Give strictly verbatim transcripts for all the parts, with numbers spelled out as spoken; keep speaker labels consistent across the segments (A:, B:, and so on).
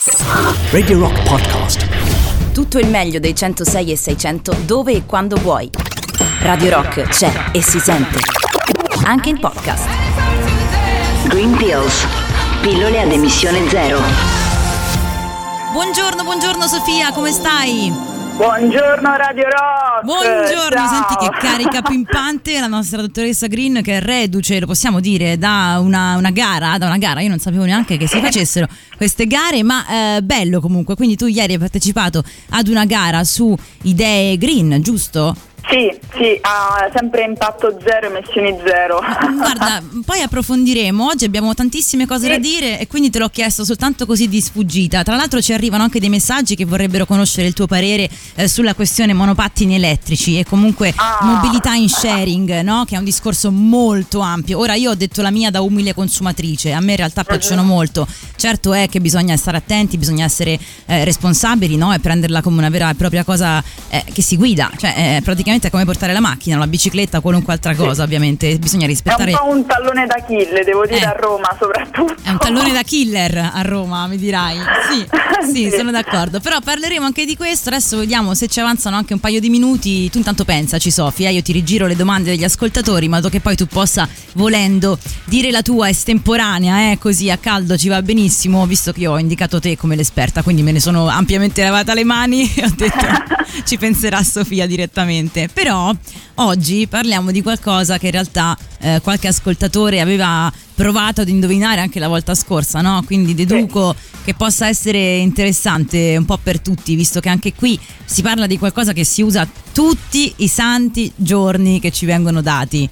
A: Radio Rock Podcast.
B: Tutto il meglio dei centosei e seicento dove e quando vuoi. Radio Rock c'è e si sente anche in podcast.
C: Green Pills, pillole ad emissione zero.
D: Buongiorno, buongiorno Sofia, come stai?
E: Buongiorno Radio Rock.
D: Buongiorno,
E: ciao.
D: Senti che carica pimpante la nostra dottoressa Green, che è reduce, lo possiamo dire, da una, una gara, da una gara, io non sapevo neanche che si facessero queste gare, ma eh, bello comunque. Quindi tu ieri hai partecipato ad una gara su idee green, giusto?
E: Sì, sì, ha sempre impatto zero, emissioni zero.
D: Guarda, poi approfondiremo. Oggi abbiamo tantissime cose
E: sì.
D: da dire e quindi te l'ho chiesto soltanto così di sfuggita. Tra l'altro ci arrivano anche dei messaggi che vorrebbero conoscere il tuo parere eh, sulla questione monopattini elettrici e comunque
E: ah.
D: mobilità in sharing, no? Che è un discorso molto ampio. Ora io ho detto la mia da umile consumatrice, a me in realtà piacciono uh-huh. molto. Certo è che bisogna stare attenti, bisogna essere eh, responsabili, no? E prenderla come una vera e propria cosa eh, che si guida, cioè eh, praticamente è come portare la macchina, la bicicletta, qualunque altra cosa, sì. Ovviamente bisogna rispettare.
E: È un po' un tallone da killer, devo dire,
D: eh.
E: a Roma soprattutto.
D: È un tallone da killer a Roma, mi dirai. Sì, sì, sì, sono d'accordo. Però parleremo anche di questo. Adesso vediamo se ci avanzano anche un paio di minuti. Tu intanto pensaci, Sofia, io ti rigiro le domande degli ascoltatori in modo che poi tu possa, volendo, dire la tua estemporanea, eh, così a caldo ci va benissimo, visto che io ho indicato te come l'esperta, quindi me ne sono ampiamente lavata le mani e ho detto ci penserà Sofia direttamente. Però oggi parliamo di qualcosa che in realtà eh, qualche ascoltatore aveva provato ad indovinare anche la volta scorsa, no? Quindi deduco sì. che possa essere interessante un po' per tutti, visto che anche qui si parla di qualcosa che si usa tutti i santi giorni che ci vengono dati.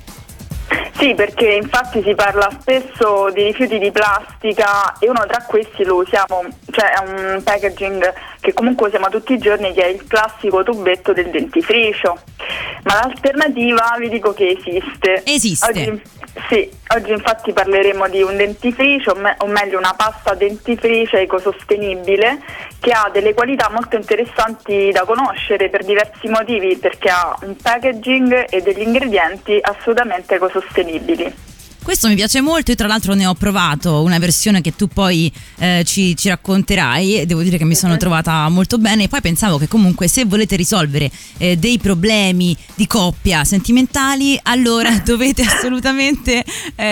E: Sì, perché infatti si parla spesso di rifiuti di plastica e uno tra questi lo usiamo, cioè è un packaging che comunque usiamo tutti i giorni, che è il classico tubetto del dentifricio. Ma l'alternativa vi dico che esiste.
D: Esiste.
E: Oggi, sì, oggi infatti parleremo di un dentifricio, o meglio una pasta dentifricio ecosostenibile, che ha delle qualità molto interessanti da conoscere per diversi motivi, perché ha un packaging e degli ingredienti assolutamente ecosostenibili.
D: Questo mi piace molto, io tra l'altro ne ho provato una versione che tu poi eh, ci, ci racconterai e devo dire che mi sono trovata molto bene. E poi pensavo che comunque se volete risolvere eh, dei problemi di coppia sentimentali, allora dovete assolutamente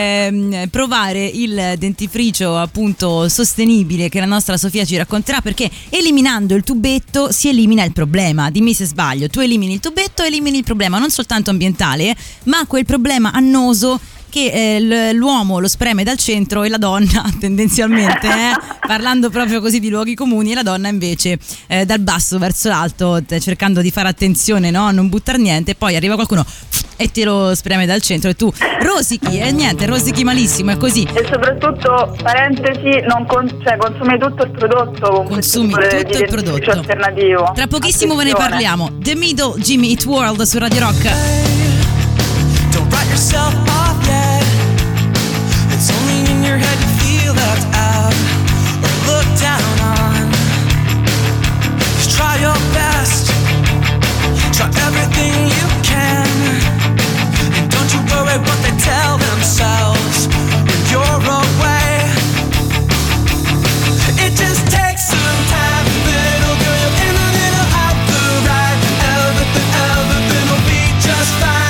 D: eh, provare il dentifricio appunto sostenibile che la nostra Sofia ci racconterà, perché eliminando il tubetto si elimina il problema. Dimmi se sbaglio, tu elimini il tubetto, elimini il problema non soltanto ambientale, ma quel problema annoso che eh, l'uomo lo spreme dal centro e la donna tendenzialmente, eh, parlando proprio così di luoghi comuni, e la donna invece eh, dal basso verso l'alto, t- cercando di fare attenzione, no? A non buttare niente, e poi arriva qualcuno e te lo spreme dal centro e tu rosichi e niente, rosichi malissimo, è così.
E: E soprattutto, parentesi, non con- cioè, consumi tutto il prodotto con
D: consumi
E: tutto
D: tutto il prodotto
E: alternativo.
D: Tra pochissimo
E: Attenzione.
D: Ve ne parliamo. The Middle, Jimmy Eat World su Radio Rock.
F: Don't write yourself off yet. It's only in your head you feel left out or looked down on. Just try your best. Try everything you can. And don't you worry what they tell themselves when you're away. It just takes some time, little girl. You're in a little out the right. Everything, everything will be just fine.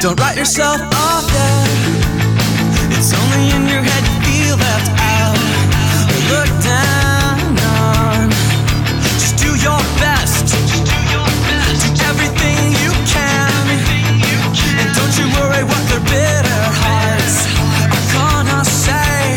F: Don't write yourself off yet. It's only in your head you feel left out or looked down on. Just do your best. Do everything you can. And don't you worry what their bitter hearts are gonna say.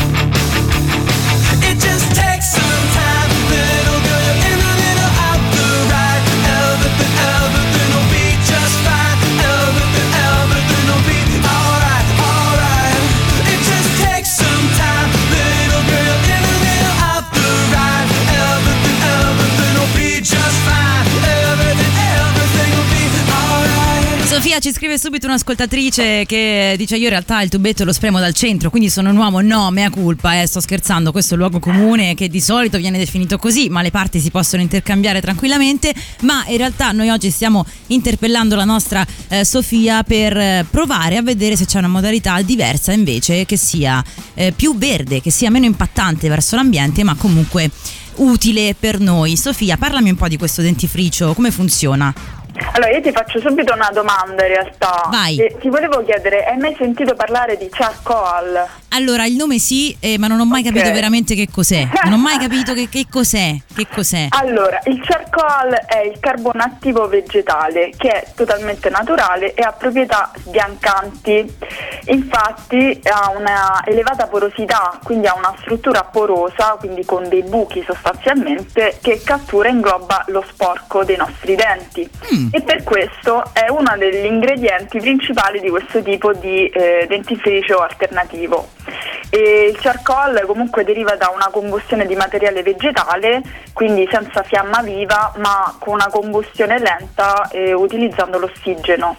F: It just takes some time, little girl. You're in the middle of the ride. Everything, everything will be just fine. Everything, everything will be alright, alright. It just takes some time, little girl. You're in the middle of the ride. Everything, everything will be just fine. Everything, everything will be alright.
D: Sofia ci scrive subito un'ascoltatrice che dice: io in realtà il tubetto lo spremo dal centro, quindi sono un uomo. No, mea culpa, eh, sto scherzando, questo è un luogo comune che di solito viene definito così, ma le parti si possono intercambiare tranquillamente. Ma in realtà noi oggi stiamo interpellando la nostra eh, Sofia per eh, provare a vedere se c'è una modalità diversa invece, che sia eh, più verde, che sia meno impattante verso l'ambiente, ma comunque utile per noi. Sofia, parlami un po' di questo dentifricio, come funziona?
E: Allora, io ti faccio subito una domanda in realtà.
D: Vai.
E: E ti volevo chiedere, hai mai sentito parlare di charcoal?
D: Allora, il nome sì, eh, ma non ho mai
E: Ok.
D: capito veramente che cos'è. Non ho mai capito che, che cos'è. Che cos'è?
E: Allora, il charcoal è il carbono attivo vegetale che è totalmente naturale e ha proprietà sbiancanti. Infatti ha una elevata porosità, quindi ha una struttura porosa, quindi con dei buchi sostanzialmente, che cattura e ingloba lo sporco dei nostri denti.
D: Mm.
E: E per questo è uno degli ingredienti principali di questo tipo di eh, dentifricio alternativo. E il charcoal comunque deriva da una combustione di materiale vegetale, quindi senza fiamma viva, ma con una combustione lenta eh, utilizzando l'ossigeno.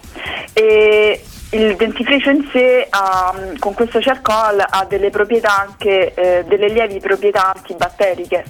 E: E il dentifricio in sé ha, con questo charcoal ha delle proprietà anche eh, delle lievi proprietà antibatteriche.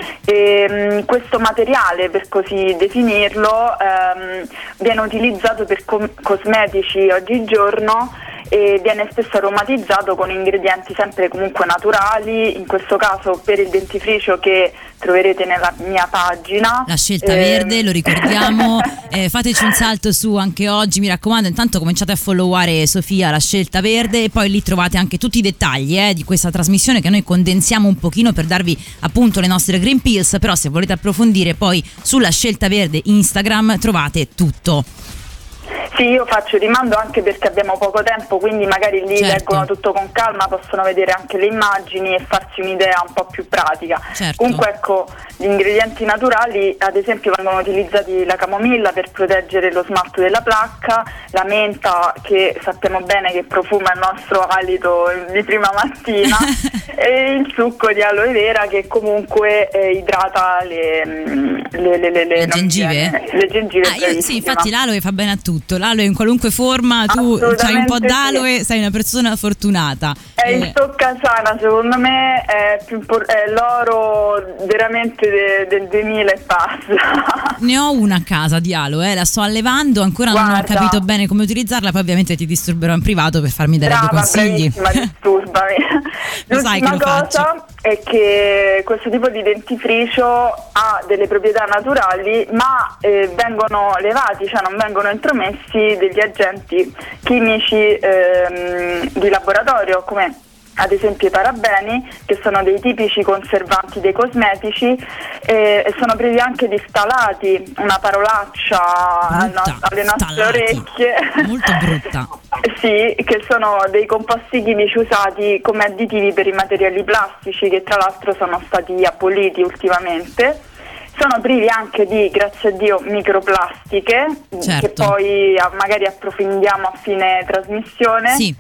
E: E, mh, questo materiale, per così definirlo, ehm, viene utilizzato per com- cosmetici oggigiorno e viene spesso aromatizzato con ingredienti sempre comunque naturali, in questo caso per il dentifricio che troverete nella mia pagina.
D: La scelta
E: Eh,
D: verde, lo ricordiamo, eh, fateci un salto su anche oggi, mi raccomando. Intanto cominciate a followare Sofia, la scelta verde, e poi lì trovate anche tutti i dettagli eh, di questa trasmissione che noi condensiamo un pochino per darvi appunto le nostre Green Pills. Però se volete approfondire poi sulla scelta verde Instagram trovate tutto.
E: Sì, io faccio rimando anche perché abbiamo poco tempo, quindi magari lì
D: Certo.
E: leggono tutto con calma, possono vedere anche le immagini e farsi un'idea un po' più pratica.
D: Certo.
E: Comunque ecco, gli ingredienti naturali, ad esempio vengono utilizzati la camomilla per proteggere lo smalto della placca, la menta che sappiamo bene che profuma il nostro alito di prima mattina e il succo di aloe vera che comunque eh, idrata le, le, le, le,
D: Le
E: non
D: gengive?
E: viene- le gengive.
D: Ah, io, sì,
E: bravissima.
D: infatti l'aloe fa bene a tutto. L'aloe in qualunque forma, tu c'hai un po'
E: Assolutamente
D: d'aloe,
E: sì.
D: sei una persona fortunata.
E: È
D: Eh,
E: il toccasana, secondo me è, più impor- è l'oro veramente de- del duemila e passa.
D: Ne ho una a casa di aloe, eh, la sto allevando, ancora non ho
E: Guarda.
D: capito bene come utilizzarla, poi ovviamente ti disturberò in privato per farmi dare dei
E: Brava,
D: consigli.
E: bravissima, disturbami.
D: Lo sai che
E: L'ultima
D: lo
E: cosa è che questo tipo di dentifricio ha delle proprietà naturali, ma eh, vengono levati, cioè non vengono intromessi degli agenti chimici ehm, di laboratorio, come ad esempio i parabeni, che sono dei tipici conservanti dei cosmetici, eh, e sono privi anche di ftalati, una parolaccia al
D: Brutta,
E: no- alle nostre
D: ftalati.
E: orecchie.
D: Molto brutta.
E: Sì, che sono dei composti chimici usati come additivi per i materiali plastici, che tra l'altro sono stati aboliti ultimamente. Sono privi anche di, grazie a Dio, microplastiche,
D: Certo.
E: che poi ah, magari approfondiamo a fine trasmissione.
D: Sì.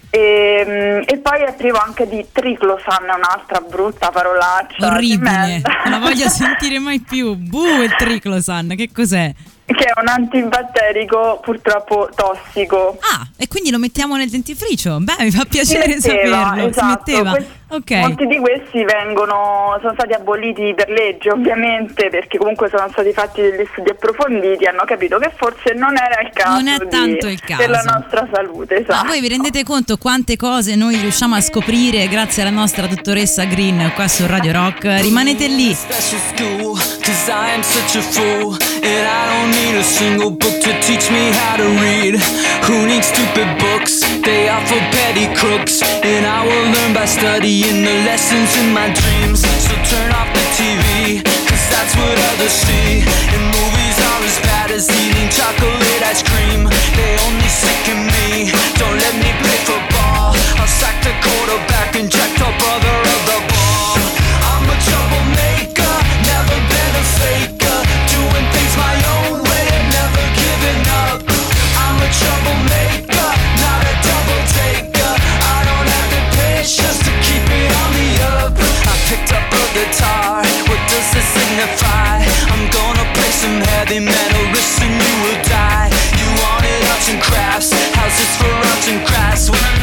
E: E, e poi è privo anche di triclosan, un'altra brutta parolaccia.
D: Orribile,
E: tremenda.
D: non la voglio sentire mai più. Buh, il triclosan, che cos'è?
E: Che è un antibatterico purtroppo tossico.
D: Ah, e quindi lo mettiamo nel dentifricio? Beh, mi fa piacere
E: Si metteva,
D: saperlo. Si
E: esatto.
D: metteva?
E: Questi-
D: Ok.
E: Molti di questi vengono, sono stati aboliti per legge, ovviamente, perché comunque sono stati fatti degli studi approfonditi, hanno capito che forse non era il caso,
D: Non è
E: di-
D: tanto il caso.
E: per la nostra salute, esatto.
D: Ma voi vi rendete conto quante cose noi riusciamo a scoprire grazie alla nostra dottoressa Green qua su Radio Rock? Rimanete lì.
F: Special school, cause I am such a fool. And I don't need a single book to teach me how to read. Who needs stupid books? They are for petty crooks. And I will learn by studying the lessons in my dreams. So turn off the T V, cause that's what others see. And movies are as bad as eating chocolate ice cream. They only sicken me, don't let me play football. I'll sack the quarterback and jack the brother of the ball. I'm a troublemaker, never been a faker. Doing things my own way and never giving up. I'm a troublemaker, not a double taker. I don't have the patience to keep it on the up. I picked up a guitar, what does this signify? I'm gonna play some heavy metal, risk and you will die. You wanted arts and crafts, how's this for arts and crafts?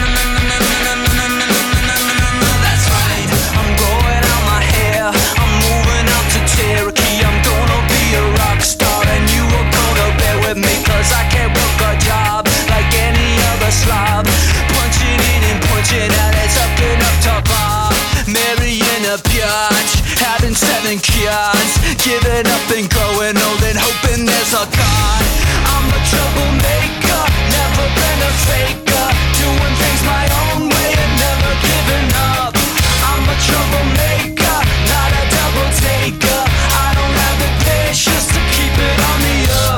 F: That's right, I'm growing out my hair, I'm moving out to Cherokee. I'm gonna be a rock star and you are gonna bear with me, cause I can't work a job like any other slob. Punching in and punching out, it's up and up to bar. Marrying a biatch, having seven kids, giving up and growing old and hoping there's a God. I'm a troublemaker, never been a faker. Doing things my own way and never giving up. I'm a troublemaker, not a double taker. I don't have the patience to keep it on the up.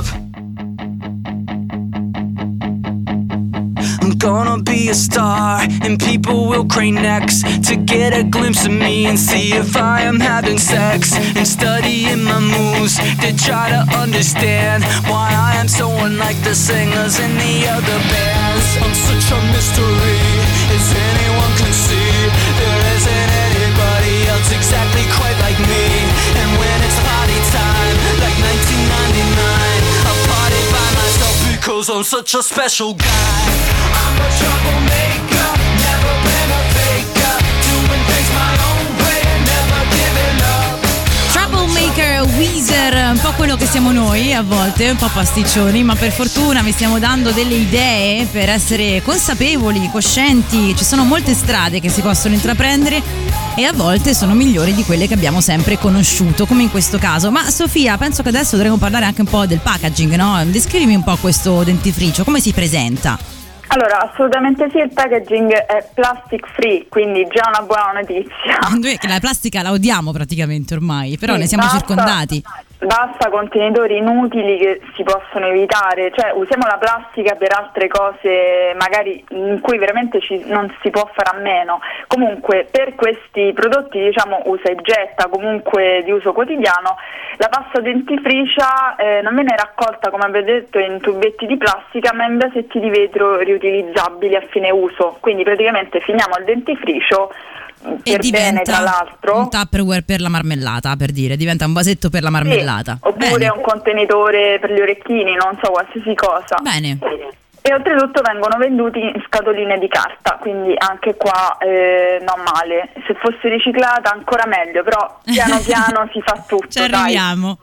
F: I'm gonna be a star and people will crane necks to get a glimpse of me and see if I am having sex, and studying my moves to try to understand why I am so unlike the singers in the other bands. I'm such a mystery, as anyone can see. There isn't anybody else exactly quite like me. And when it's party time, like nineteen ninety-nine, I party by myself because I'm such a special guy. I'm a troublemaker, never been a faker. Doing things my own way and never giving up.
D: Troublemaker, Weezer, un po' quello che siamo noi a volte, un po' pasticcioni, ma per fortuna vi stiamo dando delle idee per essere consapevoli, coscienti. Ci sono molte strade che si possono intraprendere e a volte sono migliori di quelle che abbiamo sempre conosciuto, come in questo caso. Ma Sofia, penso che adesso dovremmo parlare anche un po' del packaging, no? Descrivimi un po' questo dentifricio, come si presenta?
E: Allora, assolutamente sì, il packaging è plastic free, quindi già una buona notizia.
D: Noi che la plastica la odiamo praticamente ormai, però
E: Sì,
D: ne siamo
E: basta,
D: circondati.
E: Basta contenitori inutili che si possono evitare, cioè usiamo la plastica per altre cose magari in cui veramente ci, non si può fare a meno. Comunque per questi prodotti, diciamo, usa e getta, comunque di uso quotidiano, la pasta dentifricia eh, non viene raccolta, come avete detto, in tubetti di plastica, ma in vasetti di vetro riutilizzabili a fine uso. Quindi praticamente finiamo il dentifricio
D: E
E: per bene, tra l'altro,
D: un Tupperware per la marmellata, per dire, diventa un vasetto per la marmellata.
E: Sì, oppure
D: Bene.
E: un contenitore per gli orecchini, non so, qualsiasi cosa.
D: Bene.
E: E oltretutto vengono venduti in scatoline di carta, quindi anche qua eh, non male. Se fosse riciclata ancora meglio, però piano piano si fa tutto.
D: Ci
E: dai.
D: arriviamo.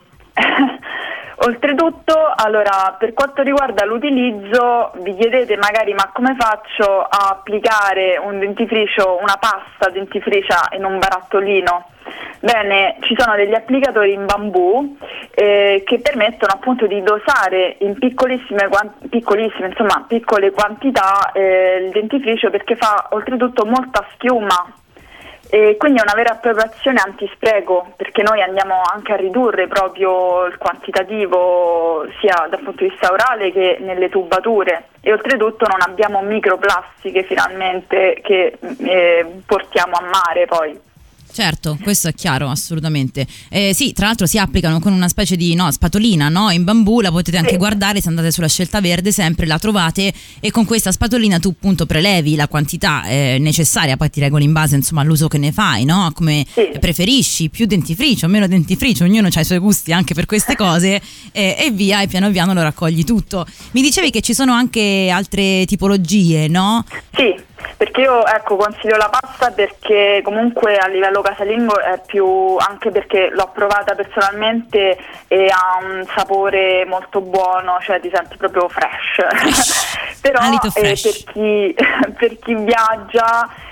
E: Oltretutto, allora, per quanto riguarda l'utilizzo, vi chiedete magari ma come faccio a applicare un dentifricio, una pasta dentifricia in un barattolino? Bene, ci sono degli applicatori in bambù eh, che permettono appunto di dosare in piccolissime, piccolissime insomma, piccole quantità eh, il dentifricio, perché fa oltretutto molta schiuma. E quindi è una vera e propria azione antispreco, perché noi andiamo anche a ridurre proprio il quantitativo sia dal punto di vista orale che nelle tubature, e oltretutto non abbiamo microplastiche finalmente che eh, portiamo a mare poi.
D: Certo, questo è chiaro, assolutamente. Eh, sì, tra l'altro si applicano con una specie di no, spatolina, no? In bambù, la potete anche
E: Sì.
D: guardare, se andate sulla Scelta Verde sempre la trovate, e con questa spatolina tu appunto prelevi la quantità eh, necessaria, poi ti regoli in base insomma all'uso che ne fai, no? Come
E: Sì.
D: preferisci, più dentifricio, meno dentifricio, ognuno ha i suoi gusti anche per queste cose, eh, e via, e piano piano lo raccogli tutto. Mi dicevi che ci sono anche altre tipologie, no?
E: Sì, perché io ecco consiglio la pasta perché comunque a livello casalingo è più, anche perché l'ho provata personalmente e ha un sapore molto buono, cioè ti senti proprio fresh. Però
D: Alito
E: eh,
D: fresh.
E: per chi per chi viaggia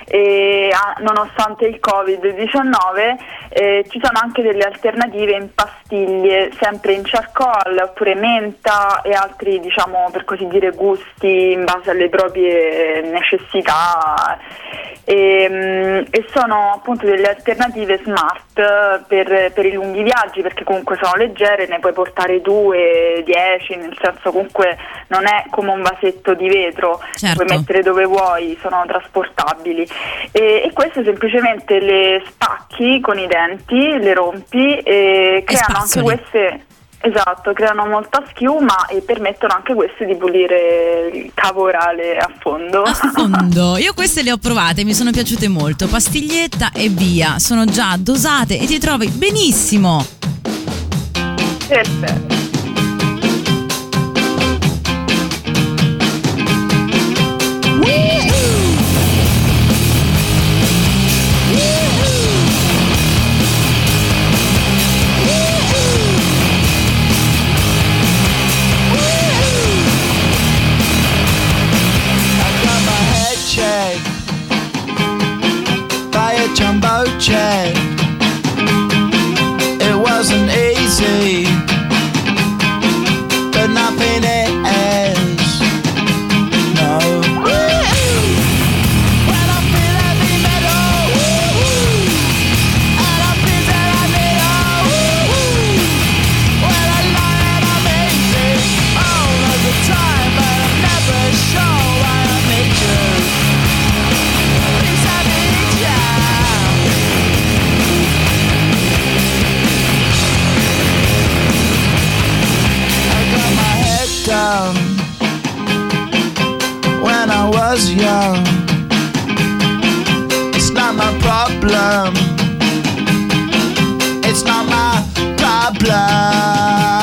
E: e a, nonostante il covid diciannove eh, ci sono anche delle alternative in pastiglie, sempre in charcoal oppure menta e altri, diciamo, per così dire, gusti in base alle proprie necessità, e, e sono appunto delle alternative smart per, per i lunghi viaggi, perché comunque sono leggere, ne puoi portare due, dieci, nel senso comunque non è come un vasetto di vetro,
D: certo.
E: puoi mettere dove vuoi, sono trasportabili, e, e queste semplicemente le spacchi con i denti, le rompi e creano anche queste, esatto, creano molta schiuma e permettono anche queste di pulire il cavo orale a fondo.
D: A fondo, io queste le ho provate, mi sono piaciute molto, pastiglietta e via, sono già dosate e ti trovi benissimo.
E: Perfetto.
F: Jumbo jet. It wasn't easy, but nothing is. No. When I feel heavy metal, and I feel that I need a. When I lie and I'm easy all of the time, but I'm never sure why I need you. Please I need you. Down when I was young. It's not my problem. It's not my problem.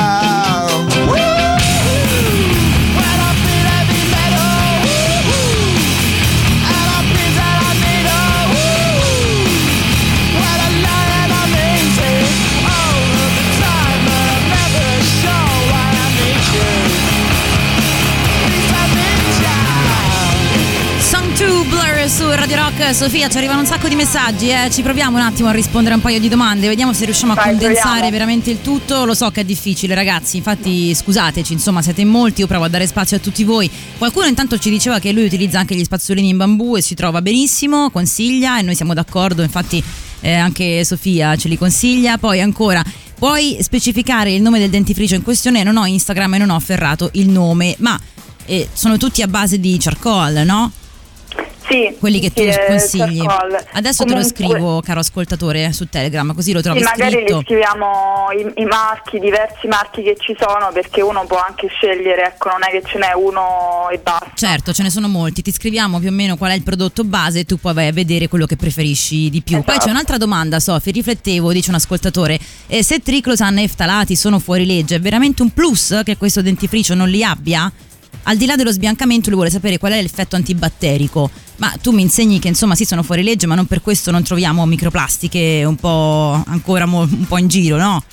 F: When I feel heavy metal, and I feel that I need a. When I lie and I'm easy all of the time, but I'm never sure why I need you.
D: Song two, Blur su Radio Rock. Sofia, ci arrivano un sacco di messaggi, eh. Ci proviamo un attimo a rispondere a un paio di domande, vediamo se riusciamo a
E: Vai,
D: condensare
E: proviamo.
D: veramente il tutto. Lo so che è difficile, ragazzi, infatti scusateci, insomma siete in molti, io provo a dare spazio a tutti voi. Qualcuno intanto ci diceva che lui utilizza anche gli spazzolini in bambù e si trova benissimo, consiglia, e noi siamo d'accordo, infatti eh, anche Sofia ce li consiglia. Poi ancora, puoi specificare il nome del dentifricio in questione? Non ho Instagram e non ho afferrato il nome, ma eh, sono tutti a base di charcoal, no?
E: Sì,
D: Quelli che tu
E: sì,
D: consigli.
E: charcoal.
D: Adesso
E: Comunque,
D: te lo scrivo, caro ascoltatore, su Telegram, così lo trovi
E: sì, magari
D: scritto.
E: li scriviamo i, i marchi, diversi marchi che ci sono, perché uno può anche scegliere, ecco, non è che ce n'è uno e basta.
D: Certo, ce ne sono molti, ti scriviamo più o meno qual è il prodotto base e tu poi vai a vedere quello che preferisci di più.
E: Esatto.
D: Poi c'è un'altra domanda, Sofì, riflettevo, dice un ascoltatore, eh, se triclosan e ftalati sono fuori legge, è veramente un plus che questo dentifricio non li abbia? Al di là dello sbiancamento lui vuole sapere qual è l'effetto antibatterico, ma tu mi insegni che insomma sì, sono fuori legge, ma non per questo non troviamo microplastiche un po' ancora mo- un po' in giro, no?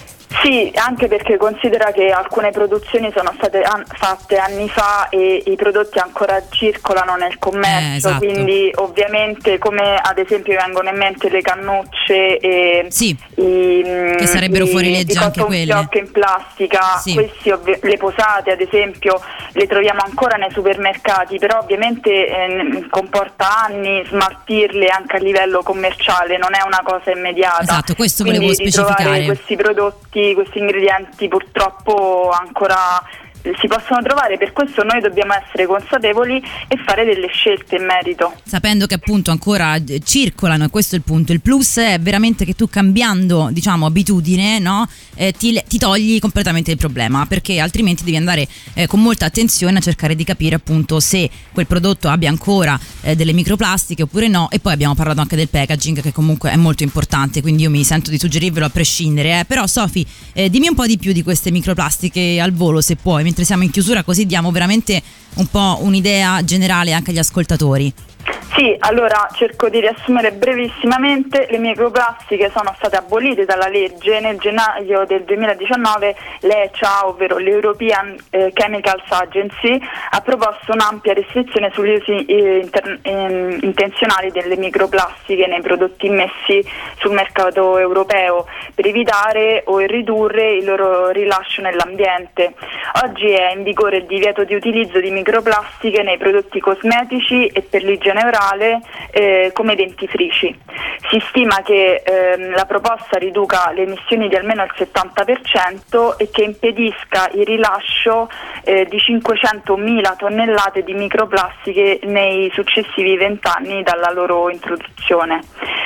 E: Sì, anche perché considera che alcune produzioni sono state an- fatte anni fa e i prodotti ancora circolano nel commercio,
D: Eh, esatto.
E: quindi ovviamente, come ad esempio vengono in mente le cannucce e
D: Sì,
E: i,
D: che sarebbero
E: i-
D: fuori legge
E: i
D: anche
E: cotton
D: quelle.
E: fioc in plastica,
D: Sì.
E: questi ovvi- le posate ad esempio le troviamo ancora nei supermercati, però ovviamente eh, comporta anni smaltirle anche a livello commerciale, non è una cosa immediata.
D: Esatto, questo
E: Quindi
D: volevo
E: ritrovare
D: specificare.
E: questi prodotti, questi ingredienti purtroppo ancora si possono trovare, per questo noi dobbiamo essere consapevoli e fare delle scelte in merito.
D: Sapendo che appunto ancora eh, circolano, e questo è il punto. Il plus è veramente che tu, cambiando, diciamo, abitudine, no, eh, ti, ti togli completamente il problema, perché altrimenti devi andare eh, con molta attenzione a cercare di capire appunto se quel prodotto abbia ancora eh, delle microplastiche oppure no. E poi abbiamo parlato anche del packaging, che comunque è molto importante, quindi io mi sento di suggerirvelo a prescindere, eh. Però Sofì, eh, dimmi un po' di più di queste microplastiche al volo, se puoi, mentre siamo in chiusura, così diamo veramente un po' un'idea generale anche agli ascoltatori.
E: Sì, allora cerco di riassumere brevissimamente. Le microplastiche sono state abolite dalla legge nel gennaio del duemiladiciannove. L'E C A, ovvero l'European eh, Chemicals Agency, ha proposto un'ampia restrizione sugli usi eh, inter- eh, intenzionali delle microplastiche nei prodotti immessi sul mercato europeo per evitare o ridurre il loro rilascio nell'ambiente. Oggi è in vigore il divieto di utilizzo di microplastiche nei prodotti cosmetici e per l'igiene orale eh, come dentifrici. Si stima che ehm, la proposta riduca le emissioni di almeno il settanta per cento e che impedisca il rilascio eh, di cinquecentomila tonnellate di microplastiche nei successivi vent'anni dalla loro introduzione.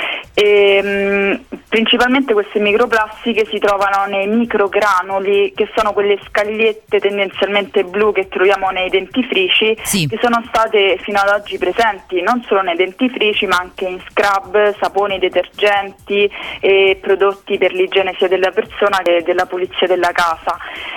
E: E, mh, principalmente queste microplastiche si trovano nei microgranuli, che sono quelle scagliette tendenzialmente blu che troviamo nei dentifrici,
D: sì.
E: che sono state fino ad oggi presenti non solo nei dentifrici ma anche in scrub, saponi, detergenti e prodotti per l'igiene sia della persona che della pulizia della casa.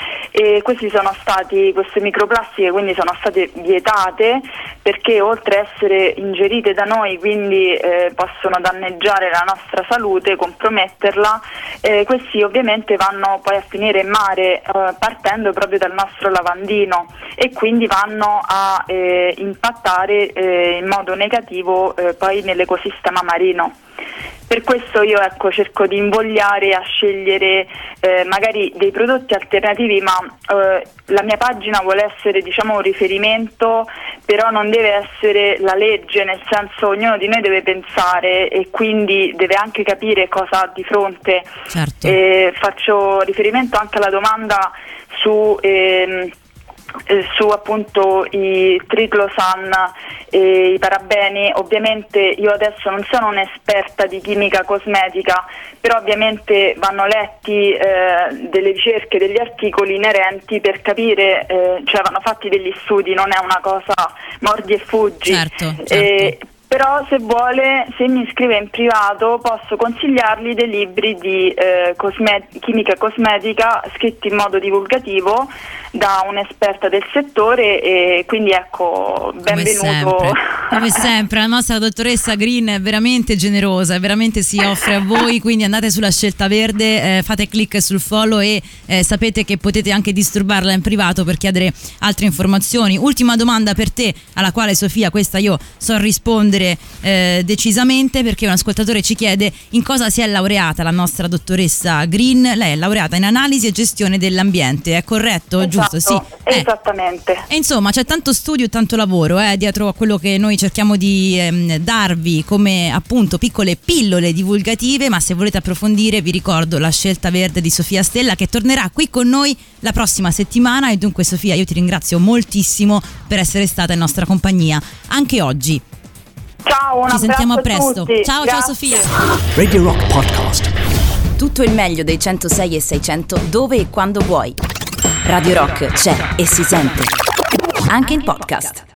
E: E questi sono stati, queste microplastiche quindi sono state vietate perché oltre a essere ingerite da noi, quindi eh, possono danneggiare la nostra salute, comprometterla, eh, questi ovviamente vanno poi a finire in mare eh, partendo proprio dal nostro lavandino e quindi vanno a eh, impattare eh, in modo negativo eh, poi nell'ecosistema marino. Per questo io ecco, cerco di invogliare a scegliere eh, magari dei prodotti alternativi, ma eh, la mia pagina vuole essere diciamo un riferimento, però non deve essere la legge, nel senso ognuno di noi deve pensare e quindi deve anche capire cosa ha di fronte.
D: Certo.
E: Eh, faccio riferimento anche alla domanda su... Ehm, su appunto i triclosan e i parabeni. Ovviamente io adesso non sono un'esperta di chimica cosmetica, però ovviamente vanno letti eh, delle ricerche, degli articoli inerenti per capire, eh, cioè vanno fatti degli studi, non è una cosa mordi e fuggi.
D: Certo, certo.
E: Eh, Però se vuole, se mi scrive in privato, posso consigliargli dei libri di eh, cosme- chimica cosmetica scritti in modo divulgativo da un'esperta del settore, e quindi ecco, benvenuto.
D: Come sempre, come sempre la nostra dottoressa Green è veramente generosa, veramente si offre a voi, quindi andate sulla Scelta Verde, eh, fate click sul follow e eh, sapete che potete anche disturbarla in privato per chiedere altre informazioni. Ultima domanda per te, alla quale Sofia, questa io so rispondere Eh, decisamente, perché un ascoltatore ci chiede in cosa si è laureata la nostra dottoressa Green. Lei è laureata in analisi e gestione dell'ambiente, è corretto?
E: Esatto,
D: giusto? Sì.
E: Esattamente.
D: Eh. E insomma c'è tanto studio e tanto lavoro eh, dietro a quello che noi cerchiamo di ehm, darvi come appunto piccole pillole divulgative, ma se volete approfondire vi ricordo la Scelta Verde di Sofia Stella, che tornerà qui con noi la prossima settimana. E dunque Sofia, io ti ringrazio moltissimo per essere stata in nostra compagnia anche oggi.
E: Ciao, un
D: Ci sentiamo a
E: abbraccio
D: presto.
E: tutti.
D: Ciao,
E: Grazie.
D: ciao Sofia.
A: Radio Rock Podcast.
B: Tutto il meglio dei centosei e seicento dove e quando vuoi. Radio Rock c'è e si sente. Anche in podcast.